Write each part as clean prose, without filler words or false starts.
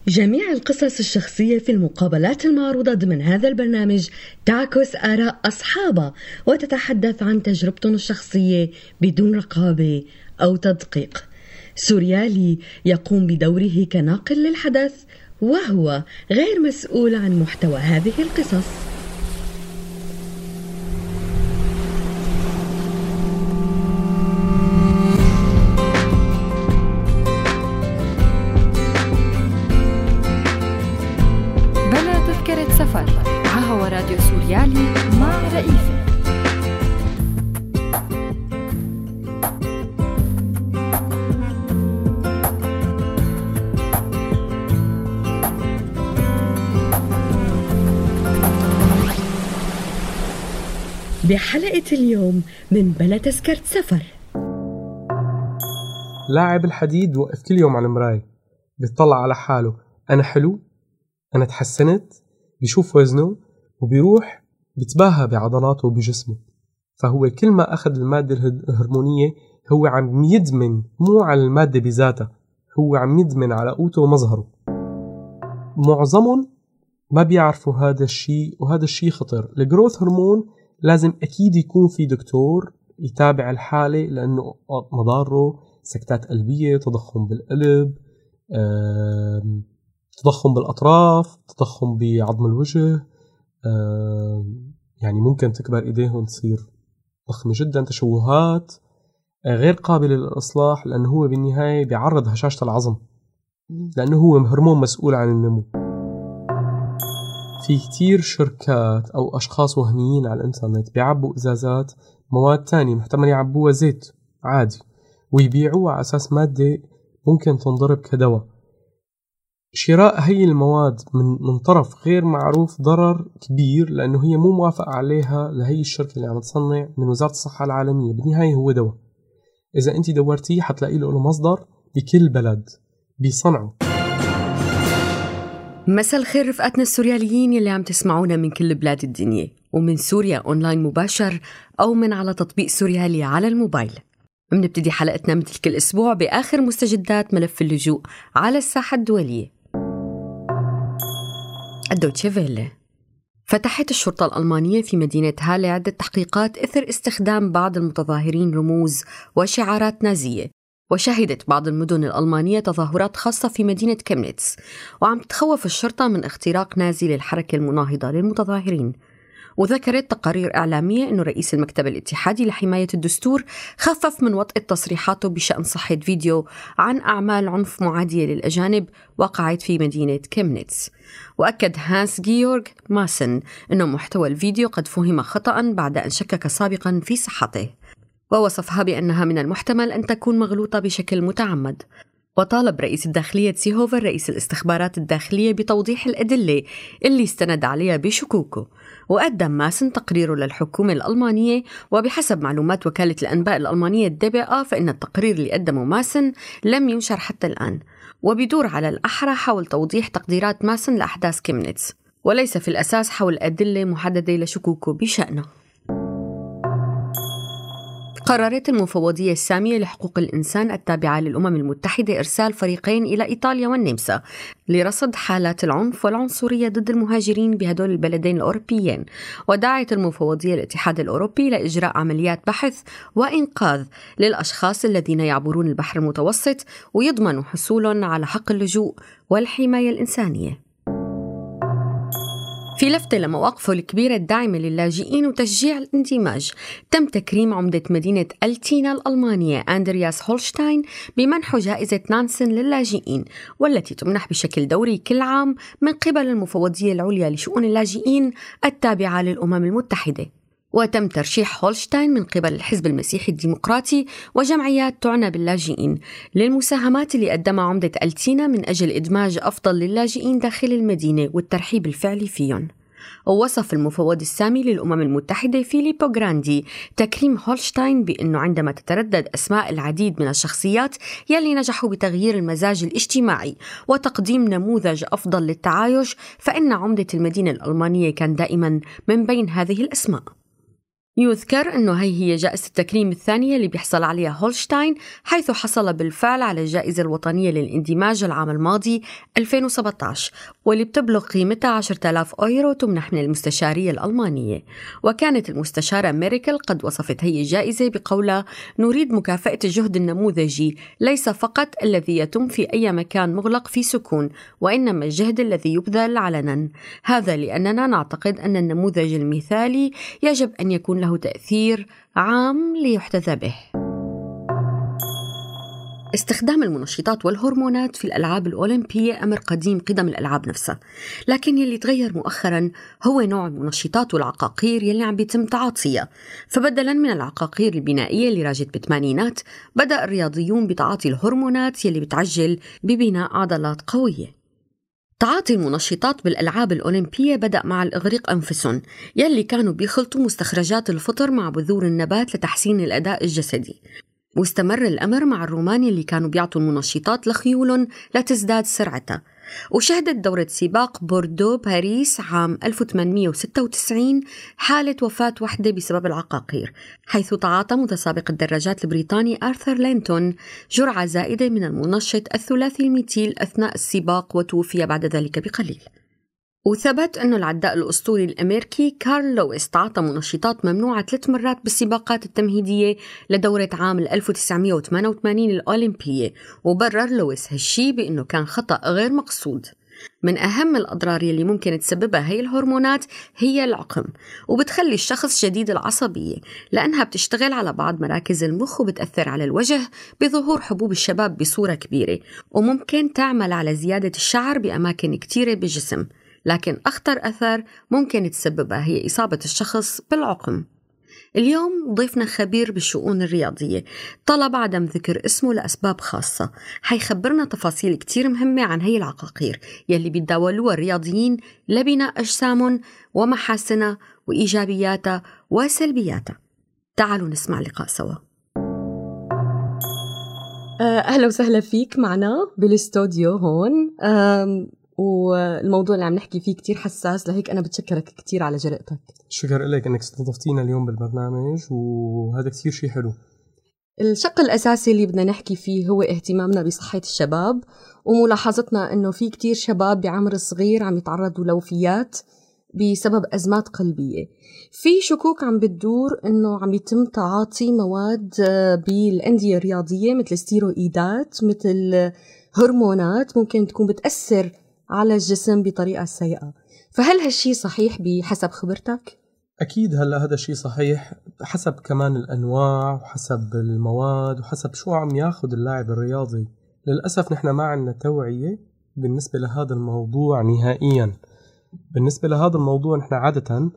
جميع القصص الشخصية في المقابلات المعروضة ضمن هذا البرنامج تعكس آراء أصحابها وتتحدث عن تجربتهم الشخصية بدون رقابة أو تدقيق. سوريالي يقوم بدوره كناقل للحدث وهو غير مسؤول عن محتوى هذه القصص. سفر هو راديو سوريالي مع رئيفة. بحلقة اليوم من بلا تذكرة سفر. لاعب الحديد وقف كل يوم على المراية بيطلع على حاله، أنا حلو، أنا تحسنت، بيشوف وزنه وبيروح بيتباهى بعضلاته وبجسمه. فهو كل ما أخذ المادة الهرمونية هو عم يدمن مو على المادة بذاتها، هو عم يدمن على قوته ومظهره. معظمهم ما بيعرفوا هذا الشيء، وهذا الشيء خطر. الجروث هرمون لازم أكيد يكون في دكتور يتابع الحالة، لأنه مضاره سكتات قلبية، تضخم بالقلب، تضخم بالأطراف، تضخم بعظم الوجه، يعني ممكن تكبر إيديهم تصير ضخمة جدا، تشوهات غير قابلة للإصلاح، لأنه هو بالنهاية بيعرض هشاشة العظم، لأنه هو هرمون مسؤول عن النمو. في كتير شركات أو أشخاص وهميين على الإنترنت بيعبوا إزازات مواد تانية محتمل يعبوها زيت عادي ويبيعوها على أساس مادة ممكن تنضرب كدواء. شراء هي المواد من طرف غير معروف ضرر كبير، لأنه هي مو موافقة عليها لهي الشركة اللي عم تصنع من وزارة الصحة العالمية. بالنهاية هو دواء، إذا أنت دورتيه حتلاقي له مصدر بكل بلد بيصنعه. مساء الخير رفقاتنا السورياليين يلي عم تسمعونا من كل بلاد الدنيا، ومن سوريا أونلاين مباشر أو من على تطبيق سوريالي على الموبايل. بنبتدي حلقتنا مثل كل أسبوع بآخر مستجدات ملف اللجوء على الساحة الدولية. الدوتشي فيلي. فتحت الشرطة الألمانية في مدينة هالة عدة تحقيقات إثر استخدام بعض المتظاهرين رموز وشعارات نازية، وشهدت بعض المدن الألمانية تظاهرات خاصة في مدينة كيمنيتس، وعم تخوف الشرطة من اختراق نازي للحركة المناهضة للمتظاهرين. وذكرت تقارير إعلامية أن رئيس المكتب الاتحادي لحماية الدستور خفف من وطئ تصريحاته بشأن صحة فيديو عن أعمال عنف معادية للأجانب وقعت في مدينة كيمنيتس. وأكد هانس جيورغ ماسن أنه محتوى الفيديو قد فهم خطأ بعد أن شكك سابقا في صحته، ووصفها بأنها من المحتمل أن تكون مغلوطة بشكل متعمد. وطالب رئيس الداخلية سيهوفر رئيس الاستخبارات الداخلية بتوضيح الأدلة اللي استند عليها بشكوكه. وقدم ماسن تقريره للحكومة الألمانية، وبحسب معلومات وكالة الأنباء الألمانية DPA فإن التقرير اللي قدمه ماسن لم ينشر حتى الآن، وبيدور على الأحرى حول توضيح تقديرات ماسن لأحداث كيمنيتس، وليس في الأساس حول أدلة محددة لشكوكه بشأنه. قررت المفوضية السامية لحقوق الإنسان التابعة للأمم المتحدة إرسال فريقين إلى إيطاليا والنمسا لرصد حالات العنف والعنصرية ضد المهاجرين بهدول البلدين الأوروبيين. ودعت المفوضية الاتحاد الأوروبي لإجراء عمليات بحث وإنقاذ للأشخاص الذين يعبرون البحر المتوسط ويضمنوا حصولهم على حق اللجوء والحماية الإنسانية. في لفتة لمواقفه الكبيرة الداعمة للاجئين وتشجيع الاندماج، تم تكريم عمدة مدينة ألتينا الألمانية أندرياس هولشتاين بمنحه جائزة نانسن للاجئين، والتي تمنح بشكل دوري كل عام من قبل المفوضية العليا لشؤون اللاجئين التابعة للأمم المتحدة. وتم ترشيح هولشتاين من قبل الحزب المسيحي الديمقراطي وجمعيات تعنى باللاجئين للمساهمات اللي قدمها عمدة ألتينا من أجل إدماج أفضل للاجئين داخل المدينة والترحيب الفعلي فيهم. ووصف المفوض السامي للأمم المتحدة فيليبو غراندي تكريم هولشتاين بأنه عندما تتردد أسماء العديد من الشخصيات يلي نجحوا بتغيير المزاج الاجتماعي وتقديم نموذج أفضل للتعايش، فإن عمدة المدينة الألمانية كان دائما من بين هذه الأسماء. يذكر أنه هي جائزة التكريم الثانية اللي بيحصل عليها هولشتاين، حيث حصل بالفعل على الجائزة الوطنية للاندماج العام الماضي 2017، واللي بتبلغ قيمتها 10,000 أورو تمنح من المستشارية الألمانية. وكانت المستشارة ميركل قد وصفت هي الجائزة بقولها: نريد مكافأة الجهد النموذجي، ليس فقط الذي يتم في أي مكان مغلق في سكون، وإنما الجهد الذي يبذل علنا. هذا لأننا نعتقد أن النموذج المثالي يجب أن يكون له تأثير عام ليحتذى به. استخدام المنشطات والهرمونات في الألعاب الأولمبية أمر قديم قدم الألعاب نفسها، لكن يلي تغير مؤخراً هو نوع المنشطات والعقاقير يلي عم بيتم تعاطيها. فبدلاً من العقاقير البنائية اللي راجت بالثمانينات، بدأ الرياضيون بتعاطي الهرمونات يلي بتعجل ببناء عضلات قوية. تعاطي المنشطات بالألعاب الأولمبية بدأ مع الإغريق أنفسهم، يلي كانوا بيخلطوا مستخرجات الفطر مع بذور النبات لتحسين الأداء الجسدي. واستمر الأمر مع الرومان اللي كانوا بيعطوا المنشطات لخيولهم لتزداد سرعتها. وشهدت دورة سباق بوردو باريس عام 1896 حالة وفاة وحدة بسبب العقاقير، حيث تعاطى متسابق الدراجات البريطاني آرثر لينتون جرعة زائدة من المنشط الثلاثي الميثيل أثناء السباق وتوفي بعد ذلك بقليل. وثبت أنه العداء الأسطوري الأمريكي كارل لويس تعاطى منشطات ممنوعة 3 مرات بالسباقات التمهيدية لدورة عام 1988 الأولمبية، وبرر لويس هالشي بأنه كان خطأ غير مقصود. من أهم الأضرار اللي ممكن تسببها هي الهرمونات هي العقم، وبتخلي الشخص شديد العصبية لأنها بتشتغل على بعض مراكز المخ وبتأثر على الوجه بظهور حبوب الشباب بصورة كبيرة، وممكن تعمل على زيادة الشعر بأماكن كتيرة بالجسم. لكن أخطر أثر ممكن تسببها هي إصابة الشخص بالعقم. اليوم ضيفنا خبير بالشؤون الرياضية، طلب عدم ذكر اسمه لأسباب خاصة، حيخبرنا تفاصيل كتير مهمة عن هي العقاقير يلي بيتداولوها الرياضيين لبناء أجسامهم ومحاسنها وإيجابياتها وسلبياتها. تعالوا نسمع لقاء سوا. أهلا وسهلا فيك معنا بالاستوديو هون. والموضوع اللي عم نحكي فيه كتير حساس، لهيك أنا بتشكرك كتير على جرأتك. شكرا لك أنك استضفتينا اليوم بالبرنامج، وهذا كتير شيء حلو. الشق الأساسي اللي بدنا نحكي فيه هو اهتمامنا بصحة الشباب، وملاحظتنا أنه في كتير شباب بعمر صغير عم يتعرضوا لوفيات بسبب أزمات قلبية. في شكوك عم بتدور أنه عم يتم تعاطي مواد بالأندية الرياضية مثل ستيروئيدات، مثل هرمونات ممكن تكون بتأثر على الجسم بطريقة سيئة. فهل هالشي صحيح بحسب خبرتك؟ أكيد هلأ هذا الشيء صحيح، حسب كمان الأنواع وحسب المواد وحسب شو عم ياخد اللاعب الرياضي. للأسف نحن ما عندنا توعية بالنسبة لهذا الموضوع نهائيا. بالنسبة لهذا الموضوع نحن عادة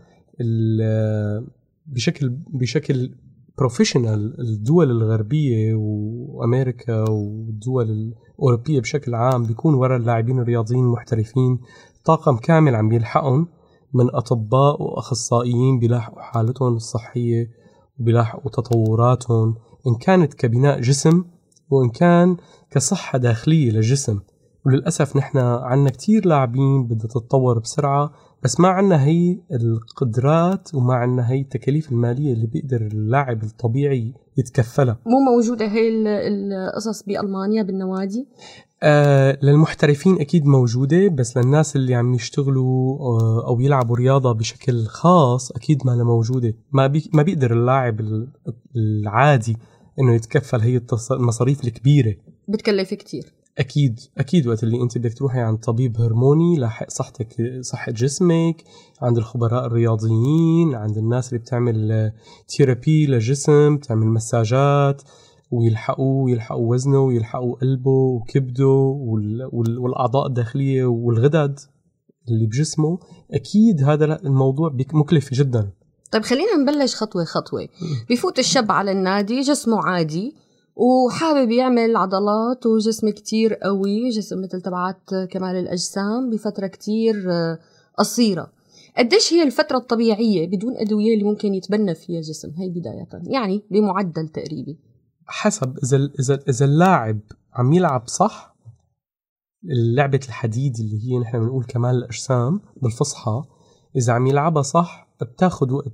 بشكل بروفيشنال الدول الغربية وأمريكا والدول الأوروبية بشكل عام بيكون وراء اللاعبين الرياضيين المحترفين طاقم كامل عم بيلحقهم من أطباء وأخصائيين بيلاحقوا حالتهم الصحية وبيلاحقوا تطوراتهم، إن كانت كبناء جسم وإن كان كصحة داخلية للجسم. وللأسف نحن عنا كتير لاعبين بدها تتطور بسرعة، بس ما عنا هي القدرات وما عنا هي التكاليف المالية اللي بيقدر اللاعب الطبيعي يتكفلها. مو موجودة هي القصص بألمانيا بالنوادي؟ للمحترفين أكيد موجودة، بس للناس اللي عم يشتغلوا أو يلعبوا رياضة بشكل خاص أكيد ما لها موجودة. ما بيقدر اللاعب العادي إنه يتكفل هي المصاريف الكبيرة، بتكلف كتير. أكيد وقت اللي أنت بدك تروحي عند طبيب هرموني لاحق صحتك، صحة جسمك، عند الخبراء الرياضيين، عند الناس اللي بتعمل ثيرابي للجسم، بتعمل مساجات، ويلحقوا وزنه ويلحقوا قلبه وكبده والأعضاء الداخلية والغدد اللي بجسمه. أكيد هذا الموضوع مكلف جدا. طيب خلينا نبلش خطوة خطوة. بيفوت الشاب على النادي جسمه عادي وحابب يعمل عضلات وجسم كتير قوي، جسم مثل تبعات كمال الأجسام بفترة كتير قصيرة. قديش هي الفترة الطبيعية بدون أدوية اللي ممكن يتبنى فيها الجسم؟ هاي بداية يعني بمعدل تقريبي حسب إذا اللاعب عم يلعب صح. لعبة الحديد اللي هي نحن بنقول كمال الأجسام بالفصحى، إذا عم يلعبها صح بتاخد وقت.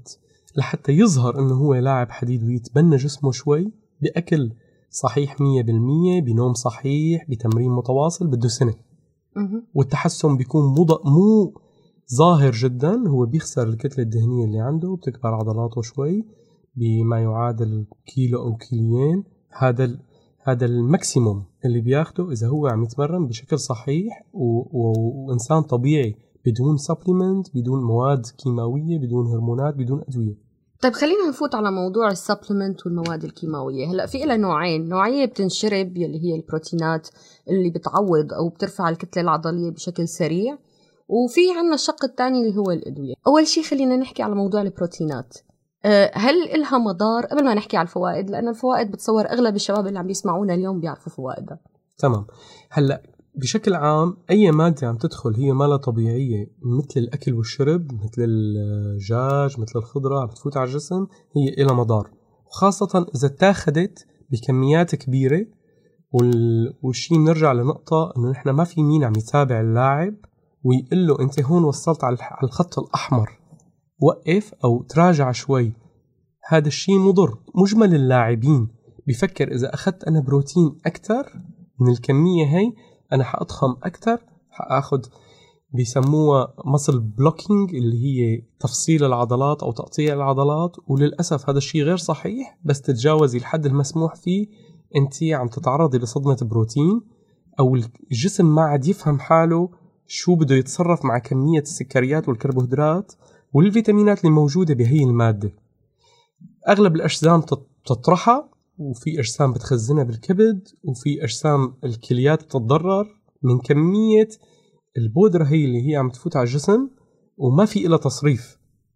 لحتى يظهر إنه هو لاعب حديد ويتبنى جسمه شوي بأكل صحيح 100%، بنوم صحيح، بتمرين متواصل، بده سنة. والتحسن بيكون مو ظاهر جدا، هو بيخسر الكتلة الدهنية اللي عنده وبتكبر عضلاته شوي بما يعادل كيلو أو كيلوين. هذا الماكسيموم اللي بياخده إذا هو عم يتمرن بشكل صحيح وإنسان طبيعي، بدون سبليمنت، بدون مواد كيماوية، بدون هرمونات، بدون أدوية. طيب خلينا نفوت على موضوع السبليمنت والمواد الكيماوية. هلأ في لها نوعين، نوعية بتنشرب يلي هي البروتينات اللي بتعوض أو بترفع الكتلة العضلية بشكل سريع، وفي عنا الشق الثاني اللي هو الأدوية. أول شيء خلينا نحكي على موضوع البروتينات. هل إلها مضار قبل ما نحكي على الفوائد؟ لأن الفوائد بتصور أغلب الشباب اللي عم بيسمعونا اليوم بيعرفوا فوائدها. تمام. هلأ بشكل عام أي مادة عم تدخل هي ما لا طبيعية، مثل الأكل والشرب، مثل الدجاج، مثل الخضرة، عم تفوت على الجسم، هي إلها مضار، وخاصة إذا اتاخدت بكميات كبيرة. والشيء بنرجع لنقطة إنه نحن ما في مين عم يتابع اللاعب ويقول له أنت هون وصلت على الخط الأحمر، وقف أو تراجع شوي. هذا الشيء مضر. مجمل اللاعبين بيفكر إذا أخذت أنا بروتين أكتر من الكمية هي أنا حأضخم أكتر، حأخذ بيسموها muscle blocking اللي هي تفصيل العضلات أو تقطيع العضلات. وللأسف هذا الشيء غير صحيح. بس تتجاوزي الحد المسموح فيه أنت عم تتعرضي لصدمة بروتين، أو الجسم ما عاد يفهم حاله شو بده يتصرف مع كمية السكريات والكربوهيدرات والفيتامينات اللي موجودة بهي المادة. أغلب الأجسام تطرحها، وفي أجسام بتخزنها بالكبد، وفي أجسام الكليات بتتضرر من كمية البودرة هي اللي هي عم تفوت على الجسم وما في إلا تصريف.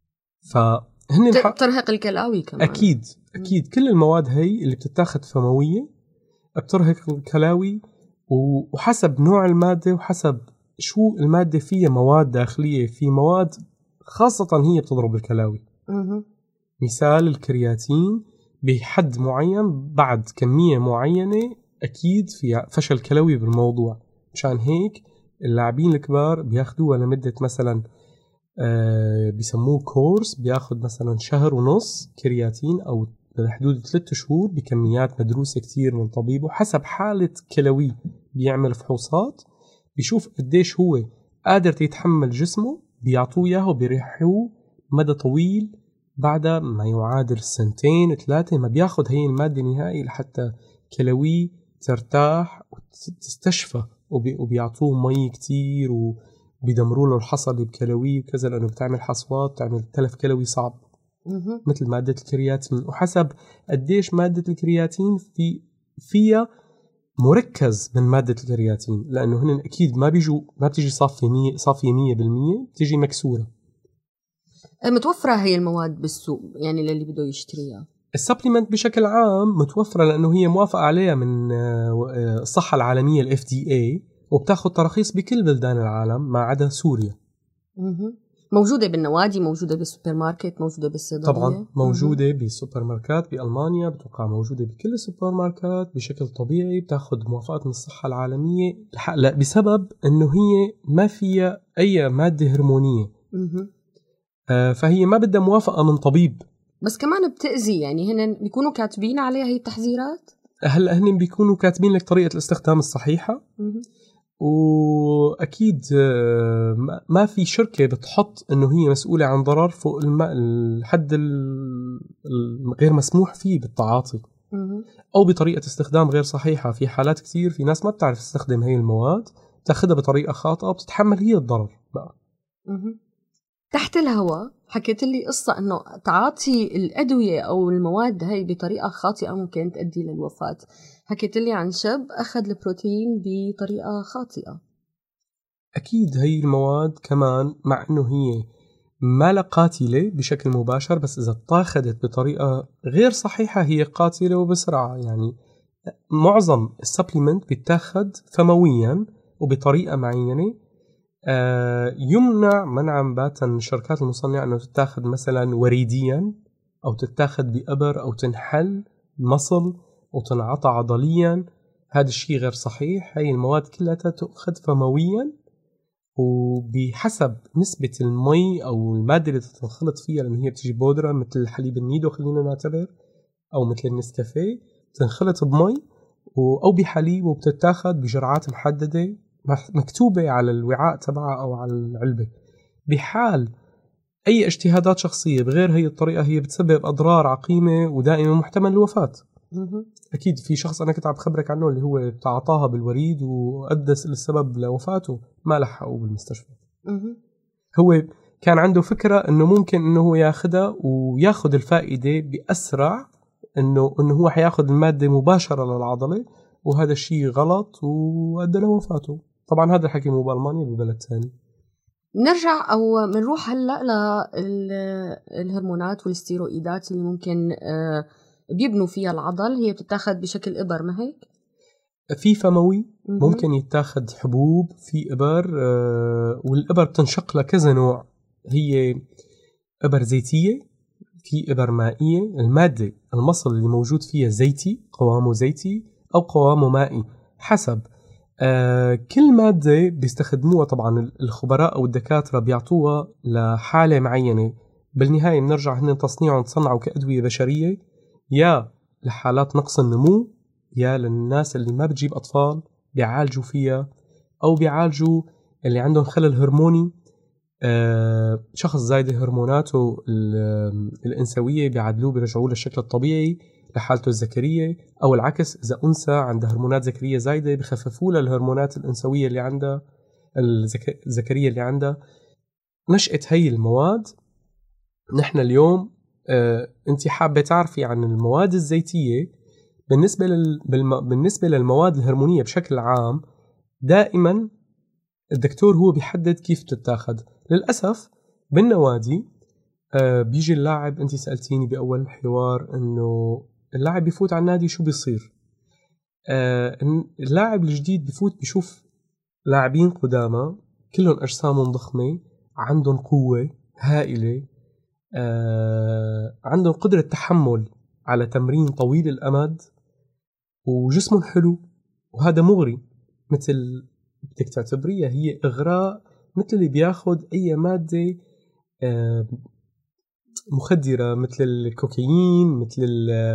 فهن بترهق الكلاوي كمان. أكيد كل المواد هي اللي بتتاخد فموية بترهق الكلاوي، وحسب نوع المادة وحسب شو المادة فيها مواد داخلية، في مواد خاصة هي بتضرب الكلاوي. مثال الكرياتين بحد معين بعد كمية معينة أكيد في فشل كلوي بالموضوع. مشان هيك اللاعبين الكبار بياخدوها لمدة مثلا بيسموه كورس، بياخد مثلا 1.5 شهر كرياتين أو بحدود 3 شهور بكميات مدروسة كتير من طبيبه حسب حالة كلوي. بيعمل فحوصات بيشوف قديش هو قادر يتحمل جسمه، بيعطوه إياه وبيريحوه مدى طويل بعد ما يعادل 2-3 ما بياخد هي المادة نهائي لحتى كلوي ترتاح وتستشفى. وبيعطوه مي كتير وبيدمروا له الحصى بكلوي وكذا، لأنه بتعمل حصوات، تعمل تلف كلوي صعب مثل مادة الكرياتين. وحسب قديش مادة الكرياتين فيها مركز من مادة الكرياتين، لأنه هن أكيد ما بتيجي صافية 100%، بتيجي مكسورة. متوفرة هي المواد بالسوق يعني للي بده يشتريها؟ السبليمنت بشكل عام متوفرة لأنه هي موافقة عليها من الصحة العالمية ال FDA، وبتاخد تراخيص بكل بلدان العالم ما عدا سوريا. موجودة بالنوادي، موجودة بالسوبر ماركت، موجودة بالصيدلية. طبعا موجودة بالسوبر ماركات بألمانيا، بتوقع موجودة بكل السوبر ماركات بشكل طبيعي، بتاخد موافقات من الصحة العالمية. لا، بسبب أنه هي ما فيها أي مادة هرمونية، فهي ما بدها موافقة من طبيب. بس كمان بتأذي، يعني هن بيكونوا كاتبين عليها هي التحذيرات. هلا هن بيكونوا كاتبين لك طريقة الاستخدام الصحيحة. وأكيد ما في شركة بتحط إنه هي مسؤولة عن ضرر فوق الحد غير مسموح فيه بالتعاطي أو بطريقة استخدام غير صحيحة. في حالات كتير في ناس ما بتعرف تستخدم هاي المواد، تاخدها بطريقة خاطئة وبتتحمل هي الضرر بقى. تحت الهواء حكيت لي قصة إنه تعاطي الأدوية أو المواد هاي بطريقة خاطئة ممكن تؤدي للوفاة. حكيت لي عن شاب أخذ البروتين بطريقة خاطئة. أكيد هاي المواد كمان مع إنه هي ما لا قاتلة بشكل مباشر، بس إذا اتاخدت بطريقة غير صحيحة هي قاتلة وبسرعة. يعني معظم السبليمنت بيتاخد فمويا وبطريقة معينة. يمنع منعا باتا من الشركات المصنعة أنه تتاخد مثلا وريديا أو تتاخد بأبر أو تنحل مصل أو تنعطى عضليا. هذا الشيء غير صحيح. هاي المواد كلها تأخذ فمويا وبحسب نسبة المي أو المادة اللي تنخلط فيها، لأن هي بتجي بودرة مثل الحليب النيدو خلينا نعتبر، أو مثل النسكافيه، تنخلط بمي أو بحليب وبتتاخد بجرعات محددة مكتوبة على الوعاء تبعها أو على العلبة. بحال أي اجتهادات شخصية بغير هي الطريقة هي بتسبب أضرار عقيمة ودائما محتمل الوفاة. أكيد في شخص أنا كنت عم بخبرك عنه اللي هو تعاطاها بالوريد وأدى السبب لوفاته، ما لحقوا بالمستشفى. هو كان عنده فكرة إنه ممكن إنه هو ياخدها وياخد الفائدة بأسرع، إنه هو حياخد المادة مباشرة للعضلة، وهذا الشيء غلط وأدى لوفاته. طبعا هذا الحكي مو بألمانيا، ببلد ثاني. نرجع أو منروح هلأ للهرمونات والستيروئيدات اللي ممكن بيبنوا فيها العضل. هي بتتاخد بشكل إبر، ما هيك؟ في فموي، ممكن يتاخد حبوب، في إبر، والإبر بتنشق لكذا نوع. هي إبر زيتية، في إبر مائية. المادة المصل اللي موجود فيها زيتي، قوامه زيتي أو قوامه مائي حسب. كل مادة بيستخدموها طبعا الخبراء أو الدكاترة بيعطوها لحالة معينة. بالنهاية بنرجع هن تصنيعهم تصنعوا كأدوية بشرية، يا لحالات نقص النمو، يا للناس اللي ما بتجيب أطفال بيعالجوا فيها، أو بيعالجوا اللي عندهم خلل هرموني. شخص زايد هرموناته الأنثوية بيعدلوه بيرجعوه للشكل الطبيعي لحالته الذكرية، أو العكس إذا أنثى عندها هرمونات ذكرية زايدة بخففوا لها الهرمونات الأنثوية اللي عندها، الذكرية اللي عندها. نشأة هي المواد. نحن اليوم أنت حابة تعرفي عن المواد الزيتية بالنسبة للمواد الهرمونية بشكل عام. دائما الدكتور هو بيحدد كيف تتاخد. للأسف بالنوادي بيجي اللاعب، أنت سألتيني بأول الحوار إنه اللاعب بيفوت على النادي شو بيصير. اللاعب الجديد بيفوت بيشوف لاعبين قدامى كلهم أجسامهم ضخمة، عندهم قوة هائلة، عندهم قدرة تحمل على تمرين طويل الأمد، وجسمهم حلو، وهذا مغري. مثل بدك تعتبريها هي إغراء، مثل اللي بياخد أي مادة مخدرة مثل الكوكايين، مثل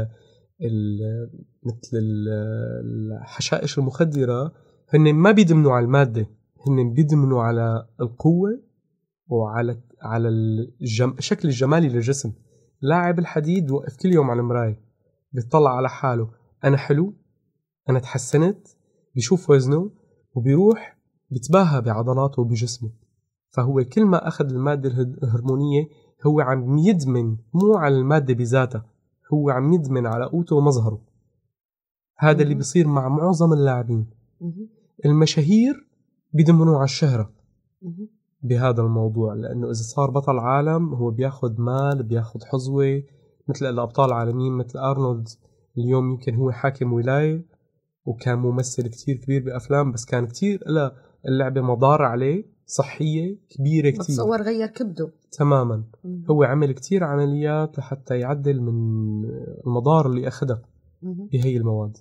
الحشائش المخدرة. هن ما بيدمنوا على المادة، هن بيدمنوا على القوة وعلى الشكل الجمالي للجسم. لاعب الحديد وقف كل يوم على المراية بيطلع على حاله، أنا حلو، أنا تحسنت، بيشوف وزنه وبيروح بيتباهى بعضلاته وبجسمه. فهو كل ما أخذ المادة الهرمونية هو عم يدمن مو على المادة بذاتها، هو عم يدمن على قوته ومظهره. هذا اللي بيصير مع معظم اللاعبين. المشاهير بيدمنوا على الشهرة بهذا الموضوع، لأنه إذا صار بطل عالم هو بياخد مال، بياخد حظوة، مثل الأبطال العالميين مثل أرنولد. اليوم يمكن هو حاكم ولاية وكان ممثل كتير كبير بأفلام، بس كان كتير اللعبة مضار عليه صحية كبيرة كتير. بتصور غير كبده تماما. هو عمل كتير عمليات لحتى يعدل من المضار اللي أخذها بهي المواد.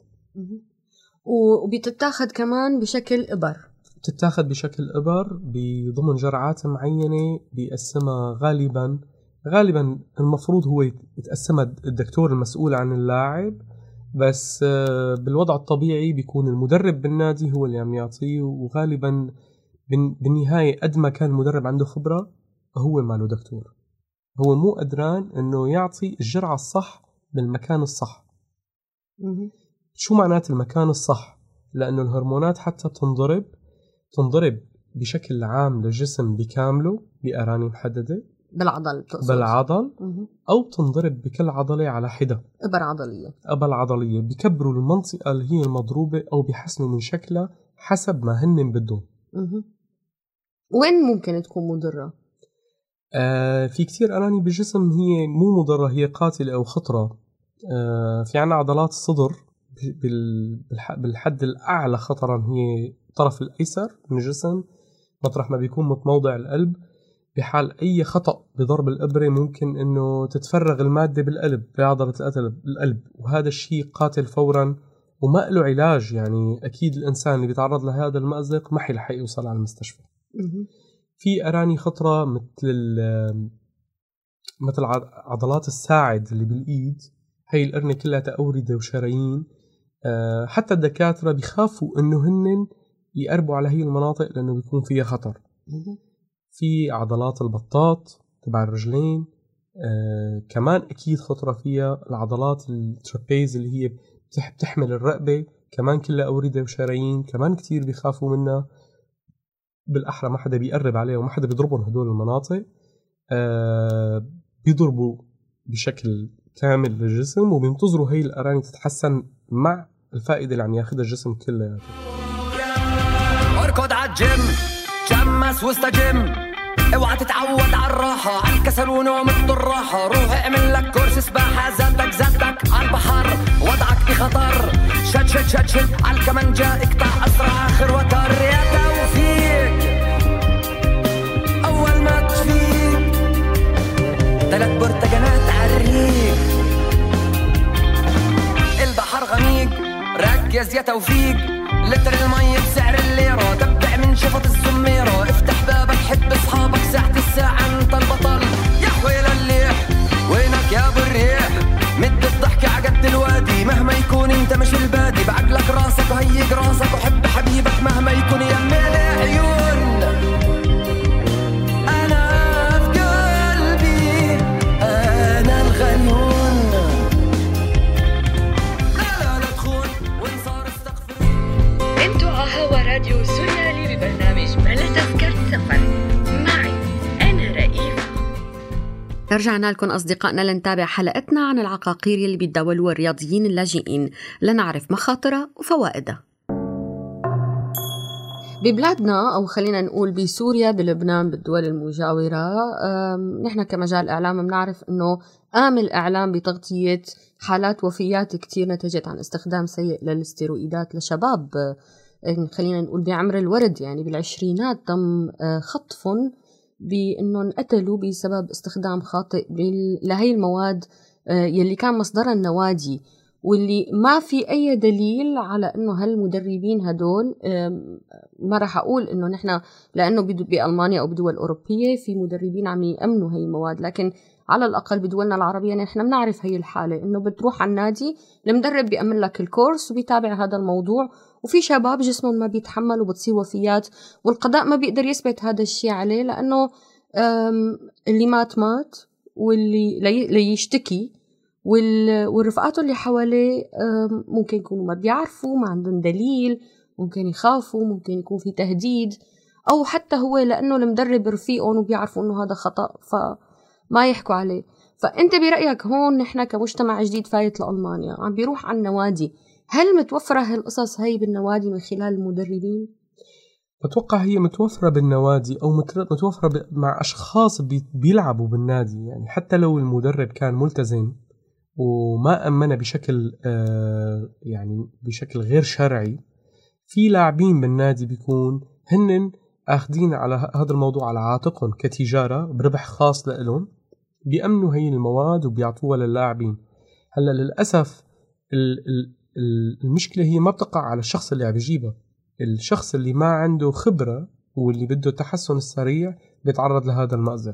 وبتتاخد كمان بشكل إبر. بتتاخد بشكل إبر بضمن جرعات معينة بيقسمها غالبا المفروض هو يتقسمها الدكتور المسؤول عن اللاعب، بس بالوضع الطبيعي بيكون المدرب بالنادي هو اللي عم يعطيه. وغالبا بالنهاية قد ما كان المدرب عنده خبرة هو ماله دكتور، هو مو قدران انه يعطي الجرعة الصح بالمكان الصح. شو معنات المكان الصح؟ لأنه الهرمونات حتى تنضرب بشكل عام للجسم بكامله بأراني محددة بالعضل أو تنضرب بكل عضلة على حدة، إبر عضلية بيكبروا المنطقة اللي هي المضروبة أو بيحسنوا من شكلها حسب ما هن بدهم. وين ممكن تكون مضرة؟ في كتير أراني بالجسم هي مو مضرة، هي قاتلة أو خطرة. في عنا عضلات الصدر بالحد الأعلى خطرا هي الطرف الأيسر من الجسم، مطرح ما بيكون متموضع القلب. بحال أي خطأ بضرب الإبرة ممكن إنه تتفرغ المادة بالقلب بعضلة القلب، وهذا الشيء قاتل فورا وما له علاج. يعني أكيد الإنسان اللي بيتعرض لهذا المأزق ما حيلحق يوصل على المستشفى. في أراني خطرة مثل عضلات الساعد اللي بالإيد، هاي القرنة كلها أوردة وشرايين. حتى الدكاترة بيخافوا إنه هن يقربوا على هي المناطق لأنه بيكون فيها خطر. في عضلات البطاط تبع الرجلين كمان أكيد خطرة فيها. العضلات الترابيز اللي هي بتحمل الرقبة كمان كلها أوردة وشرايين، كمان كتير بيخافوا منها. بالأحرى ما حدا بيقرب عليها وما حدا بيضربهم هدول المناطق. بيضربوا بشكل كامل للجسم وبينتظروا هاي الأراني تتحسن مع الفائدة اللي عم ياخدها الجسم كله يعني. اركض عالجيم، جمس واستجم، اوعى تتعود عالراحة، عالكسل ونوم الراحة. روح اعمل لك كورس سباحة، زادك عالبحر، وضعك بخطر. شد عالكمنجة، اقطع اسرع اخر وتر. يا توفيق اول ما تفيق، 3 برتقانات عالريق. البحر غميق، ركز يا توفيق. لتر المية بسعر الليرة، تبع من شفط الزميرة. افتح بابك، حب اصحابك، ساعة الساعة انت البطل. يا حويل الليح وينك يا ابو الريح، مد الضحكة عقد الوادي. مهما يكون انت مش البادي، بعقلك راسك وهيق راسك، وحب حبيبك مهما يكون. يا ميل عيون انا في قلبي، انا الغنيون. لا تخون وانصار استغفر. انتوا عهوا راديو سوريالي ببرنامج بلا تذكرة سفر معي أنا رئيفة. رجعنا لكم أصدقائنا لنتابع حلقتنا عن العقاقير اللي بيتداولوها الرياضيين اللاجئين لنعرف مخاطرها وفوائدها. ببلادنا أو خلينا نقول بسوريا، بلبنان، بالدول المجاورة، نحن كمجال إعلام بنعرف أنه قام الإعلام بتغطية حالات وفيات كتير نتجت عن استخدام سيء للستيرويدات لشباب، خلينا نقول بعمر الورد، يعني بالعشرينات. تم خطفهم بأنه انقتلوا بسبب استخدام خاطئ لهي المواد يلي كان مصدرها النوادي، واللي ما في أي دليل على أنه هالمدربين هدول، ما رح أقول أنه نحن لأنه بألمانيا أو بدول أوروبية في مدربين عم يأمنوا هي المواد، لكن على الأقل بدولنا العربية نحن بنعرف هي الحالة، أنه بتروح على النادي المدرب بيأمن لك الكورس وبيتابع هذا الموضوع، وفي شباب جسمهم ما بيتحمل وبتصير وفيات، والقضاء ما بيقدر يثبت هذا الشيء عليه، لأنه اللي مات واللي يشتكي والرفقاته اللي حواليه ممكن يكونوا ما بيعرفوا، ما عندهم دليل، ممكن يخافوا، ممكن يكون في تهديد، أو حتى هو لأنه المدرب رفيقهم وبيعرفوا أنه هذا خطأ فما يحكوا عليه. فأنت برأيك هون نحن كمجتمع جديد فايت لألمانيا عم بيروح على النوادي، هل متوفرة هالقصص هاي بالنوادي من خلال المدربين؟ بتوقع هي متوفرة بالنوادي أو متوفرة مع أشخاص بيلعبوا بالنادي، يعني حتى لو المدرب كان ملتزم وما أمنه بشكل يعني بشكل غير شرعي، في لاعبين بالنادي بيكون هن أخذين على هذا الموضوع على عاتقهم كتجارة بربح خاص لهم، بيأمنوا هي المواد وبيعطوها للاعبين. هلا للأسف المشكلة هي ما بتقع على الشخص اللي عم يجيبها، الشخص اللي ما عنده خبرة واللي بده التحسن السريع بيتعرض لهذا المأزق.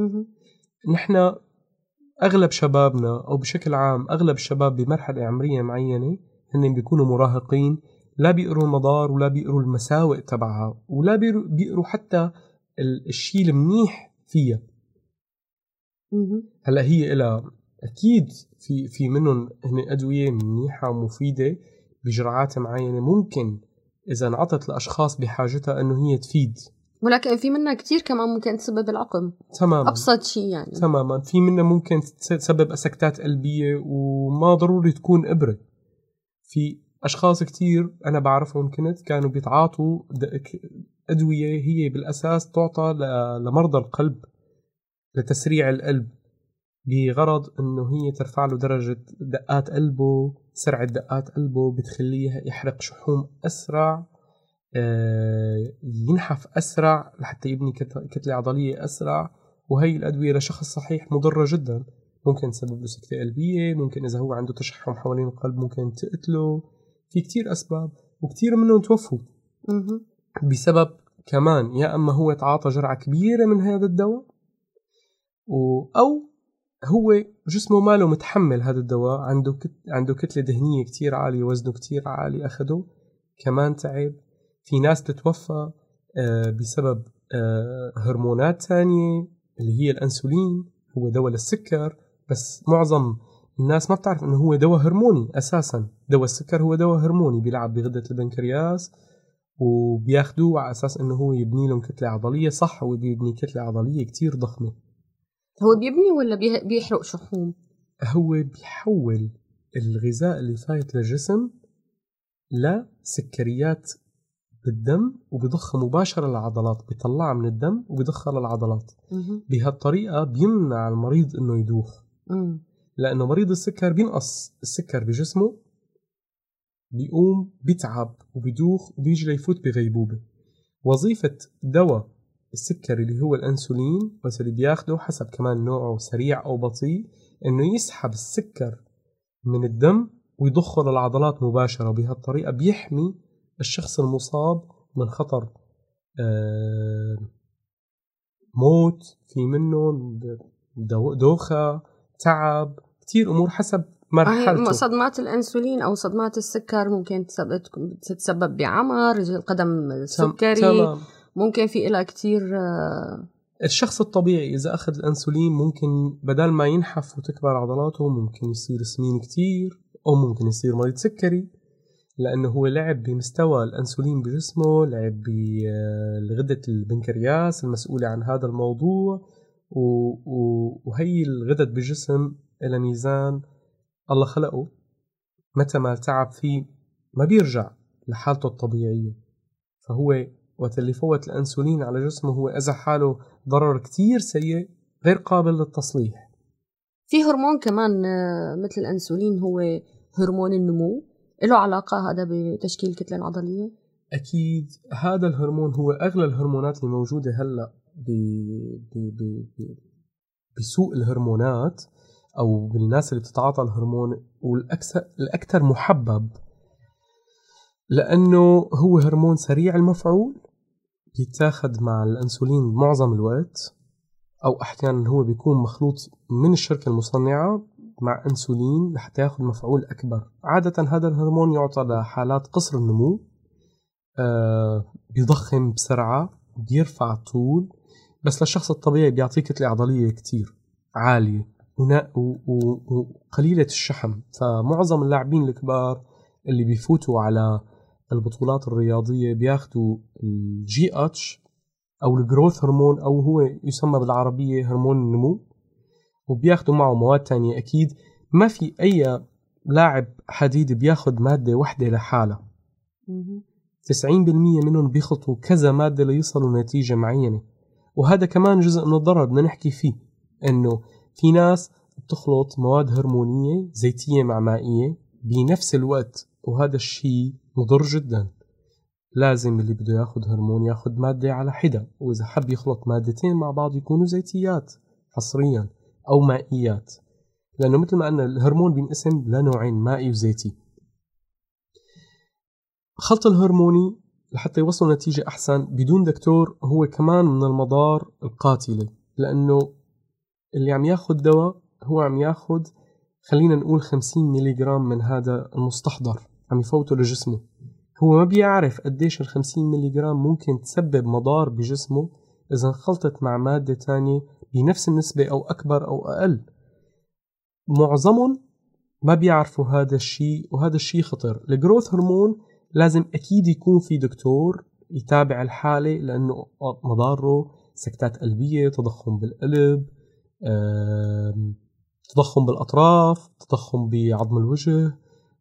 نحن أغلب شبابنا أو بشكل عام أغلب الشباب بمرحلة عمرية معينة هن بيكونوا مراهقين، لا بيقروا المضار ولا بيقروا المساوئ تبعها ولا بيقروا حتى الشيء المنيح فيها. هلا هي إلى أكيد في منهم هن أدوية منيحة ومفيدة بجرعات معينة، ممكن إذا انعطت لأشخاص بحاجتها أنه هي تفيد، ولكن في منها كتير كمان ممكن تسبب العقم. تماما. أبسط شيء يعني. تماما. في منها ممكن تسبب سكتات قلبية وما ضروري تكون إبرة. في أشخاص كتير أنا بعرفهم كانوا بيتعاطوا أدوية هي بالأساس تعطى لمرضى القلب لتسريع القلب، بغرض أنه هي ترفع له درجة دقات قلبه، سرعة دقات قلبه، بتخليه يحرق شحوم أسرع، ينحف أسرع لحتى يبني كتلة عضلية أسرع. وهي الأدوية لشخص صحيح مضرة جدا، ممكن تسبب له سكتة قلبية، ممكن إذا هو عنده تشحم حوالين القلب ممكن تقتله. في كتير أسباب وكتير منهم توفوا بسبب كمان يا أما هو تعاطى جرعة كبيرة من هذا الدواء أو هو جسمه ماله متحمل هذا الدواء، عنده كتلة دهنية كتير عالية، وزنه كتير عالي، أخده كمان تعب. في ناس تتوفى بسبب هرمونات تانية اللي هي الأنسولين، هو دواء للسكر، بس معظم الناس ما بتعرف إنه هو دواء هرموني أساساً. دواء السكر هو دواء هرموني بيلعب بغدة البنكرياس، وبياخدوه على أساس إنه هو يبني لهم كتلة عضلية. صح، هو بيبني كتلة عضلية كتير ضخمة. هو بيبني ولا بيحرق شحوم؟ هو بيحول الغذاء اللي فايت للجسم لسكريات بالدم، وبيضخها مباشرة للعضلات، بيطلعها من الدم وبيضخها للعضلات. بهالطريقة بيمنع المريض إنه يدوخ، لأنه مريض السكر بينقص السكر بجسمه، بيقوم بيتعب وبيدوخ وبيجي ليفوت بغيبوبة. وظيفة دواء السكر اللي هو الأنسولين، بس اللي بياخده حسب كمان نوعه سريع أو بطيء، إنه يسحب السكر من الدم ويضخه للعضلات مباشرة. وبهالطريقة بيحمي الشخص المصاب من خطر موت، في منه دوخة، تعب، كتير أمور حسب مرحلته. صدمات الأنسولين أو صدمات السكر ممكن تتسبب بعمى رجل القدم السكري. تمام. ممكن في إلها كتير. الشخص الطبيعي إذا أخذ الأنسولين ممكن بدل ما ينحف وتكبر عضلاته ممكن يصير سمين كتير، أو ممكن يصير مريض سكري، لأنه هو لعب بمستوى الأنسولين بجسمه، لعب بغدة البنكرياس المسؤولة عن هذا الموضوع. وهي الغدد بالجسم إلى ميزان الله خلقه، متى ما تعب فيه ما بيرجع لحالته الطبيعية. فهو وقت اللي فوت الأنسولين على جسمه هو أذى حاله ضرر كتير سيء غير قابل للتصليح. في هرمون كمان مثل الأنسولين، هو هرمون النمو، له علاقة هذا بتشكيل الكتلة العضلية؟ أكيد. هذا الهرمون هو أغلى الهرمونات اللي موجودة هلأ بسوق الهرمونات أو بالناس اللي بتتعاطى الهرمون، والأكثر محبب لأنه هو هرمون سريع المفعول، بيتاخد مع الأنسولين معظم الوقت، أو أحيانا هو بيكون مخلوط من الشركة المصنعة مع أنسولين لحتى ياخد مفعول أكبر. عادة هذا الهرمون يعطى لحالات قصر النمو، بيضخم بسرعة، بيرفع الطول، بس للشخص الطبيعي بيعطيه كتلة عضلية كتير عالية وقليلة الشحم. فمعظم اللاعبين الكبار اللي بيفوتوا على البطولات الرياضية بياخدوا الجي اتش أو الجروث هرمون، أو هو يسمى بالعربية هرمون النمو، وبياخدوا معه مواد تانية. أكيد ما في أي لاعب حديد بياخد مادة واحدة لحالة، 90% منهم بيخلطوا كذا مادة ليصلوا نتيجة معينة. وهذا كمان جزء من الضرر بدنا نحكي فيه، إنه في ناس بتخلط مواد هرمونية زيتية مع مائية بنفس الوقت، وهذا الشيء مضر جدا. لازم اللي بده ياخد هرمون ياخد مادة على حدة، وإذا حب يخلط مادتين مع بعض يكونوا زيتيات حصريا أو مائيات، لأنه مثل ما قلنا الهرمون بينقسم لنوعين، مائي وزيتي. خلط الهرموني لحتى يوصلوا نتيجة أحسن بدون دكتور هو كمان من المضار القاتلة، لأنه اللي عم ياخد دواء هو عم ياخد خلينا نقول 50 مليغرام من هذا المستحضر عم يفوته لجسمه. هو ما بيعرف قديش 50 مليغرام ممكن تسبب مضار بجسمه إذا انخلطت مع مادة تانية بنفس النسبة أو أكبر أو أقل. معظمهم ما بيعرفوا هذا الشيء، وهذا الشيء خطر. الجروث هرمون لازم أكيد يكون في دكتور يتابع الحالة، لأنه مضاره سكتات قلبية، تضخم بالقلب، تضخم بالأطراف، تضخم بعظم الوجه،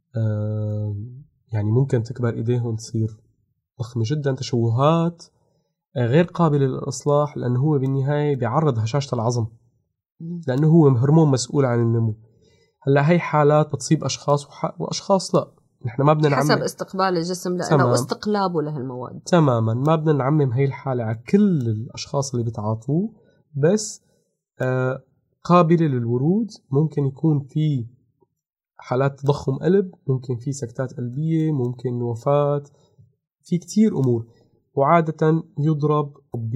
يعني ممكن تكبر إيديهم تصير ضخمة جدا، تشوهات غير قابلة للإصلاح، لأنه هو بالنهاية بيعرض هشاشة العظم، لأنه هو هرمون مسؤول عن النمو. هلا هي حالات بتصيب أشخاص وأشخاص لا، نحن ما بدنا نعمم حسب استقبال الجسم لأنه واستقلابه لهالمواد. تماما، ما بدنا نعمم هي الحالة على كل الأشخاص اللي بتعاطوه، بس قابلة للورود. ممكن يكون في حالات تضخم قلب، ممكن في سكتات قلبية، ممكن وفاة، في كتير أمور. وعادة يضرب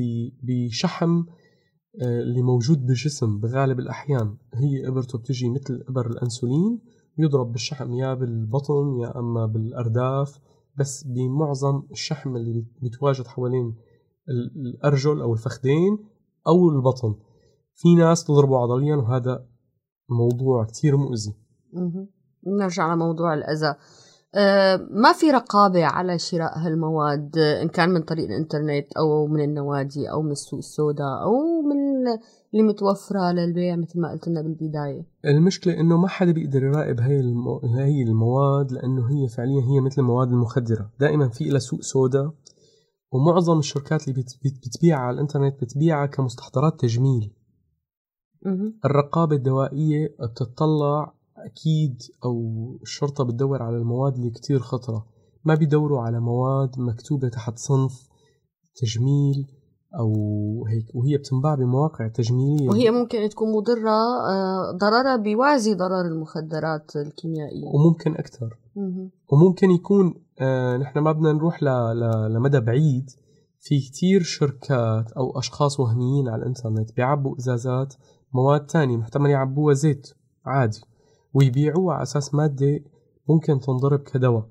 بشحم اللي موجود بالجسم بغالب الأحيان. هي إبرته بتجي مثل إبر الأنسولين، يضرب بالشحم يا بالبطن يا أما بالأرداف، بس بمعظم الشحم اللي بيتواجد حوالين الأرجل أو الفخذين أو البطن. في ناس تضربه عضليا وهذا موضوع كتير مؤذي. نرجع لموضوع الأذى. ما في رقابة على شراء هالمواد إن كان من طريق الإنترنت أو من النوادي أو من السوق السوداء أو من اللي متوفرة للبيع مثل ما قلت لنا بالبداية. المشكلة إنه ما حدا بيقدر يراقب هاي المواد، لأنه هي فعليا هي مثل المواد المخدرة، دائما في إلى سوق سوداء، ومعظم الشركات اللي بتبيعها على الإنترنت بتبيعها كمستحضرات تجميل. الرقابة الدوائية بتطلع أكيد، أو الشرطة بتدور على المواد اللي كتير خطرة، ما بيدوروا على مواد مكتوبة تحت صنف تجميل أو هيك، وهي بتنباع بمواقع تجميلية، وهي ممكن تكون مضرة، ضررها بيوازي ضرر المخدرات الكيميائية وممكن أكثر. وممكن يكون نحن ما بدنا نروح لمدى بعيد، في كتير شركات أو أشخاص وهميين على الإنترنت بيعبوا إزازات مواد تانية محتمل يعبوها زيت عادي ويبيعوها على أساس مادة ممكن تنضرب كدواء.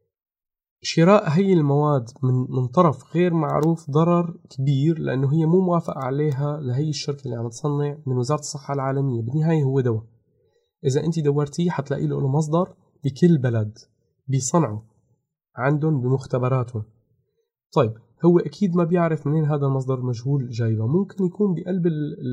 شراء هي المواد من طرف غير معروف ضرر كبير، لأنه هي مو موافقة عليها لهي الشركة اللي عم تصنع من وزارة الصحة العالمية. بالنهاية هو دواء، إذا أنت دورتيه حتلاقي له مصدر بكل بلد بيصنعوا عندهم بمختبراتهم. طيب هو أكيد ما بيعرف منين هذا المصدر مجهول جايبه، ممكن يكون بقلب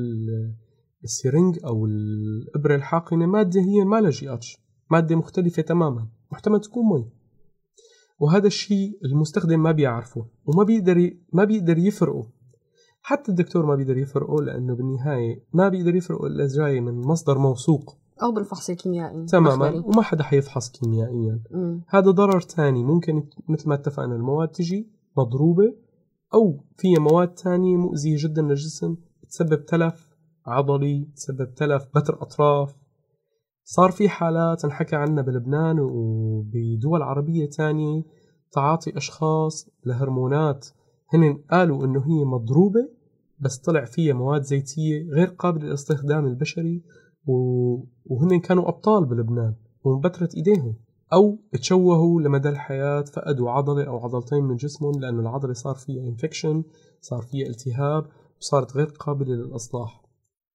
السيرنج أو الإبرة الحاقنة مادة هي ما لجياتش، مادة مختلفة تماما، محتمل تكون مي، وهذا الشيء المستخدم ما بيعرفه وما بيقدر يفرقه. حتى الدكتور ما بيقدر يفرقه، لأنه بالنهاية ما بيقدر يفرقه إلا جاي من مصدر موثوق أو بالفحص الكيميائي تماما، وما حدا حيفحص كيميائيا. هذا ضرر تاني. ممكن مثل ما اتفقنا المواد تجي مضروبة، أو فيها مواد تانية مؤذية جدا للجسم، تسبب تلف عضلي، تسبب تلف بتر أطراف. صار في حالات انحكى عنها بلبنان وبدول عربية تانية، تعاطي أشخاص لهرمونات هن قالوا إنه هي مضروبة بس طلع فيها مواد زيتية غير قابلة للاستخدام البشري، وهن كانوا أبطال بلبنان ومن بترة إيديهم، أو تشوهوا لمدى الحياة، فقدوا عضلة أو عضلتين من جسمهم لأنه العضلة صار فيها انفكشن، صار فيها التهاب، وصارت غير قابلة للإصلاح.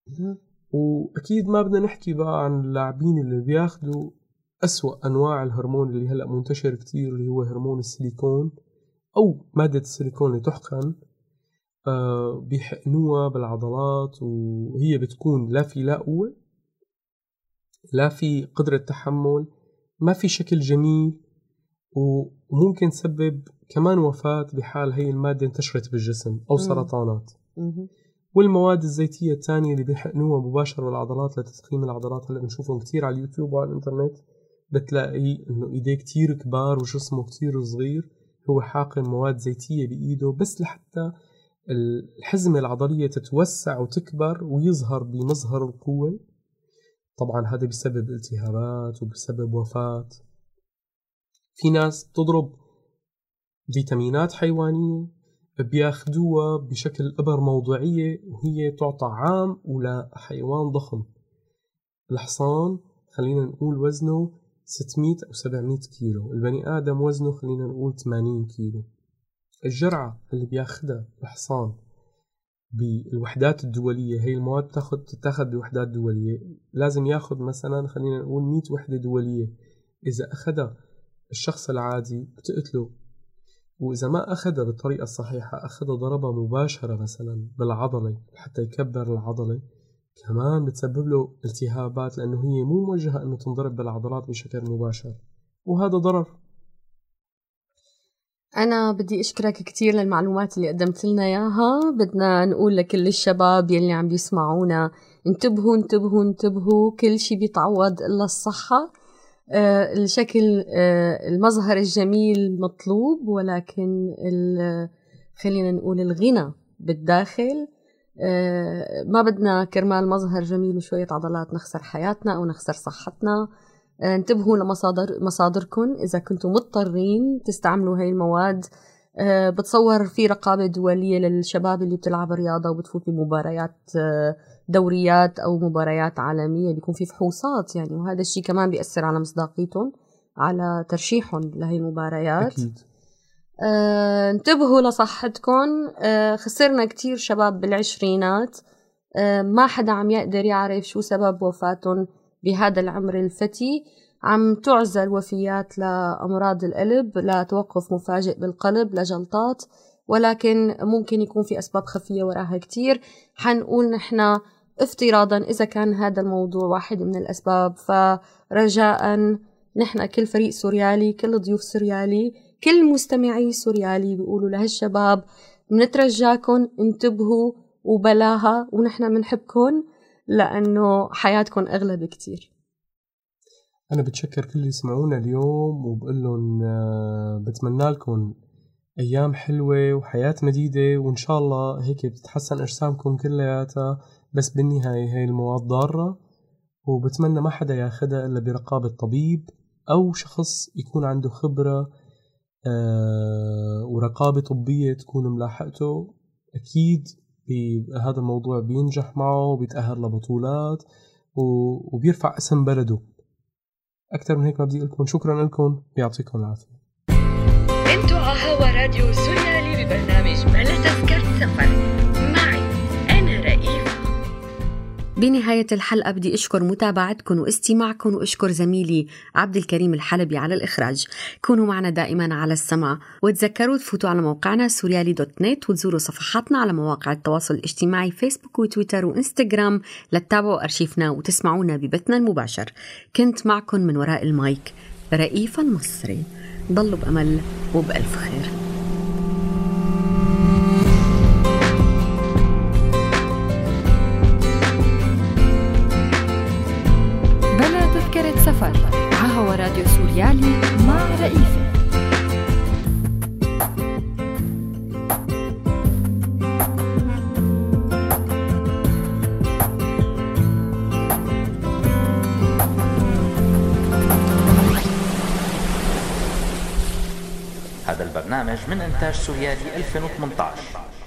وأكيد ما بدنا نحكي بقى عن اللاعبين اللي بياخدوا أسوأ أنواع الهرمون اللي هلأ منتشر كتير، اللي هو هرمون السيليكون أو مادة السيليكون اللي تحقن، بيحقنوها بالعضلات، وهي بتكون لا قوة لا في قدرة تحمل، ما في شكل جميل، وممكن تسبب كمان وفاة بحال هي المادة انتشرت بالجسم، أو سرطانات. والمواد الزيتية الثانية اللي بيحقنوها مباشرة بالعضلات لتضخيم العضلات، اللي بنشوفهم كتير على اليوتيوب وعلى الانترنت، بتلاقي انه ايديه كتير كبار وجسمه كتير صغير، هو حاقن مواد زيتية بإيده بس لحتى الحزمة العضلية تتوسع وتكبر ويظهر بمظهر القوة. طبعا هذا بيسبب التهابات وبيسبب وفاة. في ناس تضرب فيتامينات حيوانية بياخدوها بشكل إبر موضعية، وهي تعطى عام ولا حيوان ضخم. الحصان خلينا نقول وزنه 600 أو 700 كيلو، البني آدم وزنه خلينا نقول 80 كيلو. الجرعة اللي بياخدها الحصان بالوحدات الدولية، هي المواد تتاخد بوحدات دولية، لازم ياخد مثلا خلينا نقول 100 وحدة دولية. إذا أخدها الشخص العادي بتقتله، وإذا ما أخذها بالطريقة الصحيحة، أخذها ضربها مباشرة مثلا بالعضلة حتى يكبر العضلة، كمان بتسبب له التهابات، لأنه هي مو موجهة أنه تنضرب بالعضلات بشكل مباشر، وهذا ضرر. أنا بدي أشكرك كتير للمعلومات اللي قدمت لنا إياها. بدنا نقول لكل الشباب يلي عم بيسمعونا انتبهوا انتبهوا انتبهوا، كل شي بيتعوض إلا الصحة. الشكل المظهر الجميل مطلوب، ولكن خلينا نقول الغنى بالداخل. ما بدنا كرمال مظهر جميل وشوية عضلات نخسر حياتنا أو نخسر صحتنا. انتبهوا لمصادركم إذا كنتم مضطرين تستعملوا هاي المواد. بتصور في رقابة دولية للشباب اللي بتلعب رياضة وبتفوت بمباريات دوريات أو مباريات عالمية، بيكون في فحوصات يعني، وهذا الشيء كمان بيأثر على مصداقيتهم، على ترشيحهم لهي المباريات. أكيد. انتبهوا لصحتكم. خسرنا كتير شباب بالعشرينات، ما حدا عم يقدر يعرف شو سبب وفاتهم بهذا العمر الفتي. عم تعزل وفيات لأمراض القلب، لتوقف مفاجئ بالقلب، لجلطات، ولكن ممكن يكون في أسباب خفية وراها كتير. حنقول نحنا افتراضا إذا كان هذا الموضوع واحد من الأسباب، فرجاء نحنا كل فريق سوريالي، كل ضيوف سوريالي، كل مستمعي سوريالي بيقولوا لهالشباب منترجاكم انتبهوا وبلاها، ونحنا منحبكم لأنه حياتكم أغلى بكتير. أنا بتشكر كل اللي يسمعونا اليوم، وبقول لهم بتمنى لكم أيام حلوة وحياة مديدة، وإن شاء الله هيك بتتحسن أجسامكم كلياتها، بس بالنهاية هاي المواد ضارة، وبتمنى ما حدا ياخدها إلا برقابة طبيب أو شخص يكون عنده خبرة ورقابة طبية تكون ملاحقته. أكيد بهذا الموضوع بينجح معه وبيتأهل لبطولات وبيرفع اسم بلده. أكثر من هيك ما بدي لكم. شكرا لكم، يعطيكم العافية. انتوا على هوا راديو سوريالي ببرنامج بلا تذكرة سفر، معي أنا رئيف. بنهاية الحلقة بدي أشكر متابعتكم واستماعكم، وأشكر زميلي عبد الكريم الحلبي على الإخراج. كونوا معنا دائما على السمع، وتذكروا تفوتوا على موقعنا سوريالي.net، وتزوروا صفحاتنا على مواقع التواصل الاجتماعي فيسبوك وتويتر وإنستغرام لتتابعوا أرشيفنا وتسمعونا ببثنا المباشر. كنت معكم من وراء المايك رئيف المصري. ضلوا بأمل وبألف خير. سفر على هوا راديو سوريالي مع رئيفة. هذا البرنامج من إنتاج سوريالي 2018.